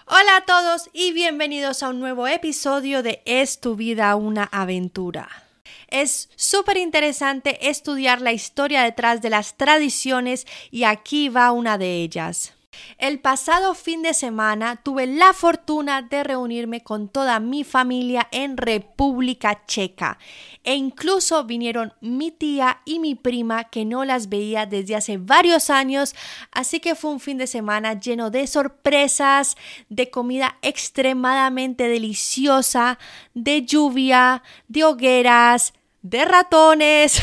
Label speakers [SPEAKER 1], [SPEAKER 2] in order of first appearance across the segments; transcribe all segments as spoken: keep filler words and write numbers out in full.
[SPEAKER 1] Hola a todos y bienvenidos a un nuevo episodio de ¿Es tu vida una aventura? Es súper interesante estudiar la historia detrás de las tradiciones y aquí va una de ellas. El pasado fin de semana tuve la fortuna de reunirme con toda mi familia en República Checa e incluso vinieron mi tía y mi prima que no las veía desde hace varios años, así que fue un fin de semana lleno de sorpresas, de comida extremadamente deliciosa, de lluvia, de hogueras, de ratones,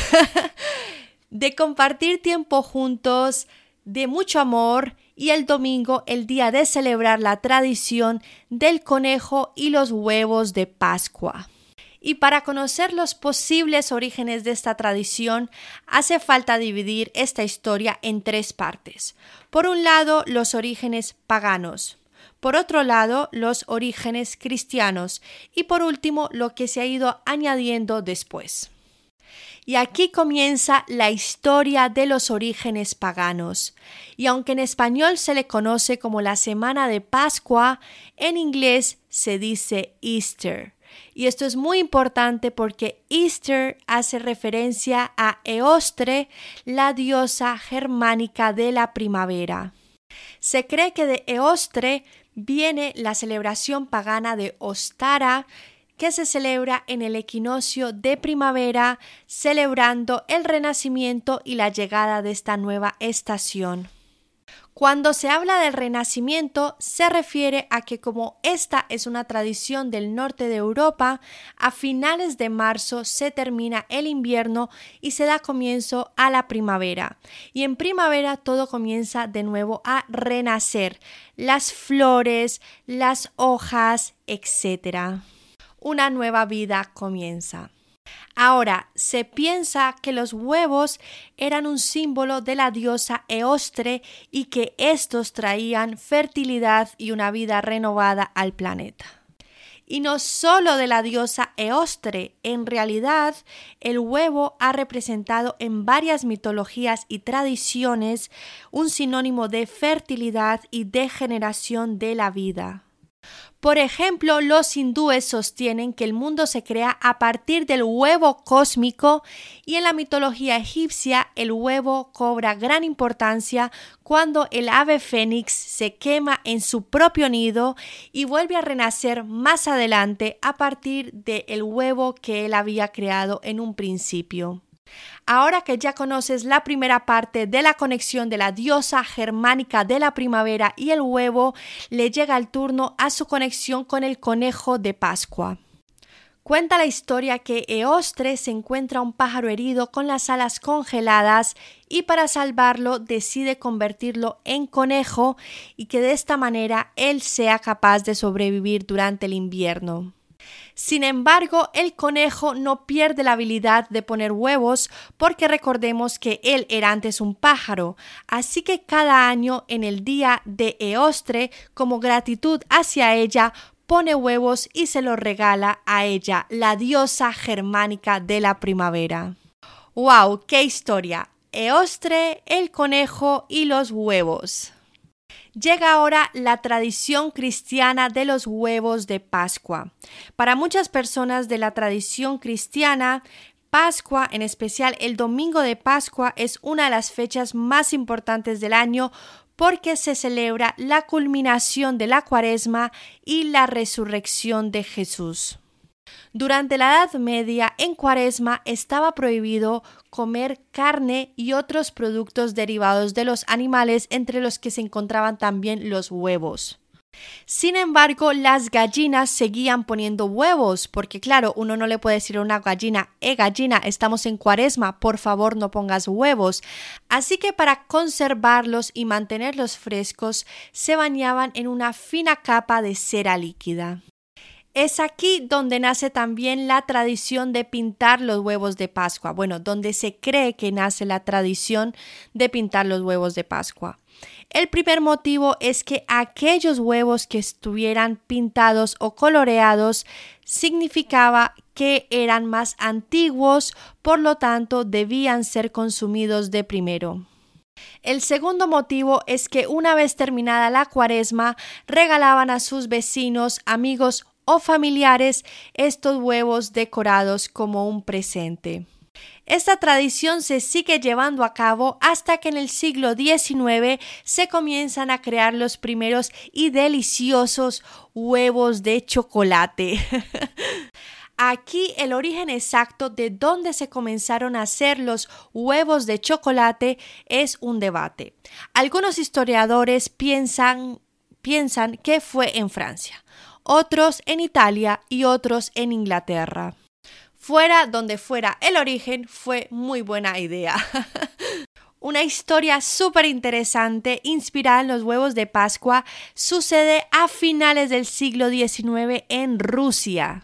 [SPEAKER 1] de compartir tiempo juntos, de mucho amor. Y el domingo, el día de celebrar la tradición del conejo y los huevos de Pascua. Y para conocer los posibles orígenes de esta tradición, hace falta dividir esta historia en tres partes. Por un lado, los orígenes paganos. Por otro lado, los orígenes cristianos. Y por último, lo que se ha ido añadiendo después. Y aquí comienza la historia de los orígenes paganos. Y aunque en español se le conoce como la semana de Pascua, en inglés se dice Easter. Y esto es muy importante porque Easter hace referencia a Eostre, la diosa germánica de la primavera. Se cree que de Eostre viene la celebración pagana de Ostara, que se celebra en el equinoccio de primavera, celebrando el renacimiento y la llegada de esta nueva estación. Cuando se habla del renacimiento, se refiere a que como esta es una tradición del norte de Europa, a finales de marzo se termina el invierno y se da comienzo a la primavera. Y en primavera todo comienza de nuevo a renacer, las flores, las hojas, etcétera. Una nueva vida comienza. Ahora, se piensa que los huevos eran un símbolo de la diosa Eostre y que estos traían fertilidad y una vida renovada al planeta. Y no solo de la diosa Eostre, en realidad el huevo ha representado en varias mitologías y tradiciones un sinónimo de fertilidad y de generación de la vida. Por ejemplo, los hindúes sostienen que el mundo se crea a partir del huevo cósmico y en la mitología egipcia el huevo cobra gran importancia cuando el ave fénix se quema en su propio nido y vuelve a renacer más adelante a partir del huevo que él había creado en un principio. Ahora que ya conoces la primera parte de la conexión de la diosa germánica de la primavera y el huevo, le llega el turno a su conexión con el conejo de Pascua. Cuenta la historia que Eostre se encuentra un pájaro herido con las alas congeladas y para salvarlo decide convertirlo en conejo y que de esta manera él sea capaz de sobrevivir durante el invierno. Sin embargo, el conejo no pierde la habilidad de poner huevos porque recordemos que él era antes un pájaro, así que cada año en el día de Eostre, como gratitud hacia ella, pone huevos y se los regala a ella, la diosa germánica de la primavera. ¡Wow! ¡Qué historia! Eostre, el conejo y los huevos. Llega ahora la tradición cristiana de los huevos de Pascua. Para muchas personas de la tradición cristiana, Pascua, en especial el domingo de Pascua, es una de las fechas más importantes del año porque se celebra la culminación de la Cuaresma y la resurrección de Jesús. Durante la Edad Media, en Cuaresma, estaba prohibido comer carne y otros productos derivados de los animales, entre los que se encontraban también los huevos. Sin embargo, las gallinas seguían poniendo huevos, porque claro, uno no le puede decir a una gallina, eh gallina, estamos en Cuaresma, por favor no pongas huevos. Así que para conservarlos y mantenerlos frescos, se bañaban en una fina capa de cera líquida. Es aquí donde nace también la tradición de pintar los huevos de Pascua. Bueno, donde se cree que nace la tradición de pintar los huevos de Pascua. El primer motivo es que aquellos huevos que estuvieran pintados o coloreados significaba que eran más antiguos, por lo tanto debían ser consumidos de primero. El segundo motivo es que una vez terminada la cuaresma, regalaban a sus vecinos, amigos o familiares estos huevos decorados como un presente. Esta tradición se sigue llevando a cabo hasta que en el siglo diecinueve se comienzan a crear los primeros y deliciosos huevos de chocolate. Aquí el origen exacto de dónde se comenzaron a hacer los huevos de chocolate es un debate. Algunos historiadores piensan, piensan que fue en Francia, otros en Italia y otros en Inglaterra. Fuera donde fuera el origen, fue muy buena idea. Una historia súper interesante inspirada en los huevos de Pascua sucede a finales del siglo diecinueve en Rusia.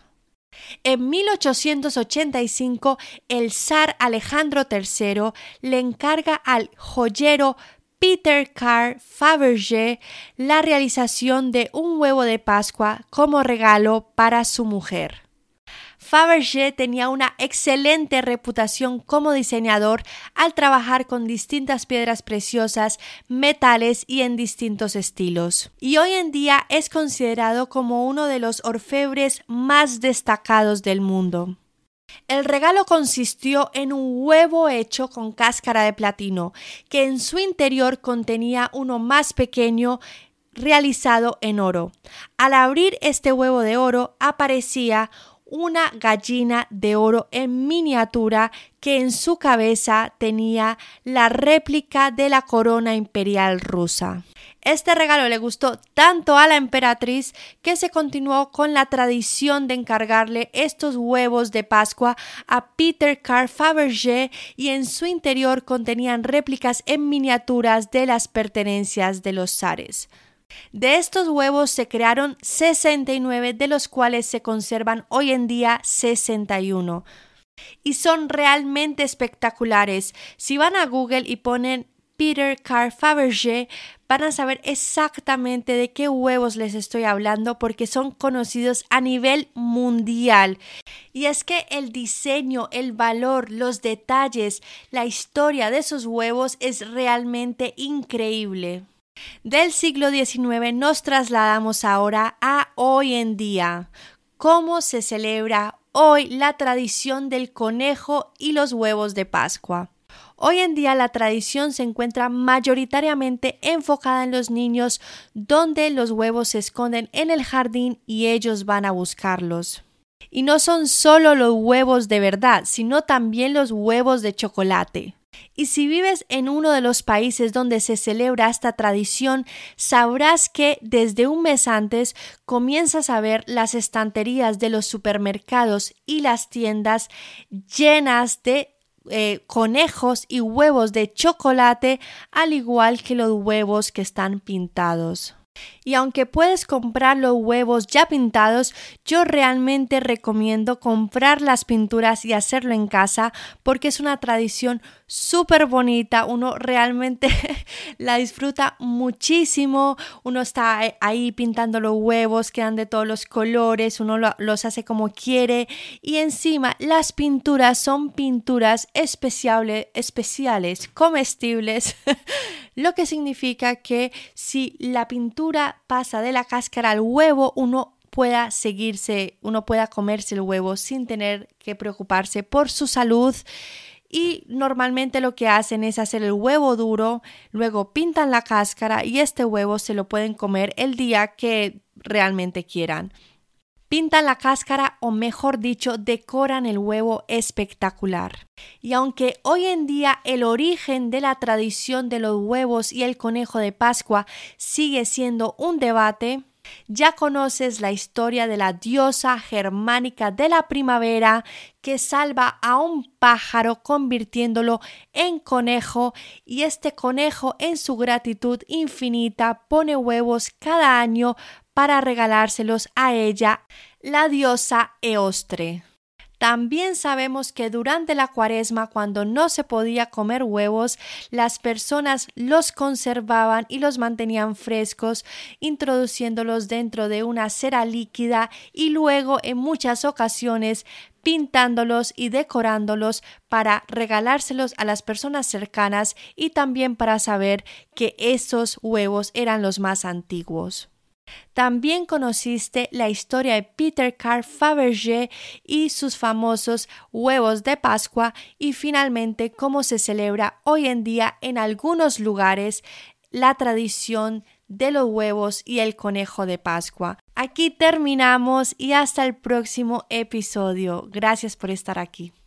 [SPEAKER 1] En mil ochocientos ochenta y cinco, el zar Alejandro tercero le encarga al joyero Peter Carl Fabergé la realización de un huevo de Pascua como regalo para su mujer. Fabergé tenía una excelente reputación como diseñador al trabajar con distintas piedras preciosas, metales y en distintos estilos. Y hoy en día es considerado como uno de los orfebres más destacados del mundo. El regalo consistió en un huevo hecho con cáscara de platino, que en su interior contenía uno más pequeño realizado en oro. Al abrir este huevo de oro aparecía una gallina de oro en miniatura que en su cabeza tenía la réplica de la corona imperial rusa. Este regalo le gustó tanto a la emperatriz que se continuó con la tradición de encargarle estos huevos de Pascua a Peter Carl Fabergé y en su interior contenían réplicas en miniaturas de las pertenencias de los zares. De estos huevos se crearon sesenta y nueve, de los cuales se conservan hoy en día sesenta y uno. Y son realmente espectaculares. Si van a Google y ponen Peter Carl Fabergé, van a saber exactamente de qué huevos les estoy hablando porque son conocidos a nivel mundial. Y es que el diseño, el valor, los detalles, la historia de esos huevos es realmente increíble. Del siglo diecinueve nos trasladamos ahora a hoy en día. ¿Cómo se celebra hoy la tradición del conejo y los huevos de Pascua? Hoy en día la tradición se encuentra mayoritariamente enfocada en los niños, donde los huevos se esconden en el jardín y ellos van a buscarlos. Y no son solo los huevos de verdad, sino también los huevos de chocolate. Y si vives en uno de los países donde se celebra esta tradición, sabrás que desde un mes antes comienzas a ver las estanterías de los supermercados y las tiendas llenas de eh, conejos y huevos de chocolate, al igual que los huevos que están pintados. Y aunque puedes comprar los huevos ya pintados, yo realmente recomiendo comprar las pinturas y hacerlo en casa porque es una tradición súper bonita. Uno realmente la disfruta muchísimo. Uno está ahí pintando los huevos, quedan de todos los colores, uno lo, los hace como quiere y encima las pinturas son pinturas especiales, especiales, comestibles. Lo que significa que si la pintura pasa de la cáscara al huevo, uno pueda seguirse, uno pueda comerse el huevo sin tener que preocuparse por su salud. Y normalmente lo que hacen es hacer el huevo duro, luego pintan la cáscara y este huevo se lo pueden comer el día que realmente quieran. Pintan la cáscara o mejor dicho, decoran el huevo espectacular. Y aunque hoy en día el origen de la tradición de los huevos y el conejo de Pascua sigue siendo un debate, ya conoces la historia de la diosa germánica de la primavera que salva a un pájaro convirtiéndolo en conejo y este conejo en su gratitud infinita pone huevos cada año para regalárselos a ella, la diosa Eostre. También sabemos que durante la Cuaresma, cuando no se podía comer huevos, las personas los conservaban y los mantenían frescos, introduciéndolos dentro de una cera líquida y luego en muchas ocasiones pintándolos y decorándolos para regalárselos a las personas cercanas y también para saber que esos huevos eran los más antiguos. También conociste la historia de Peter Carl Fabergé y sus famosos huevos de Pascua y finalmente cómo se celebra hoy en día en algunos lugares la tradición de los huevos y el conejo de Pascua. Aquí terminamos y hasta el próximo episodio. Gracias por estar aquí.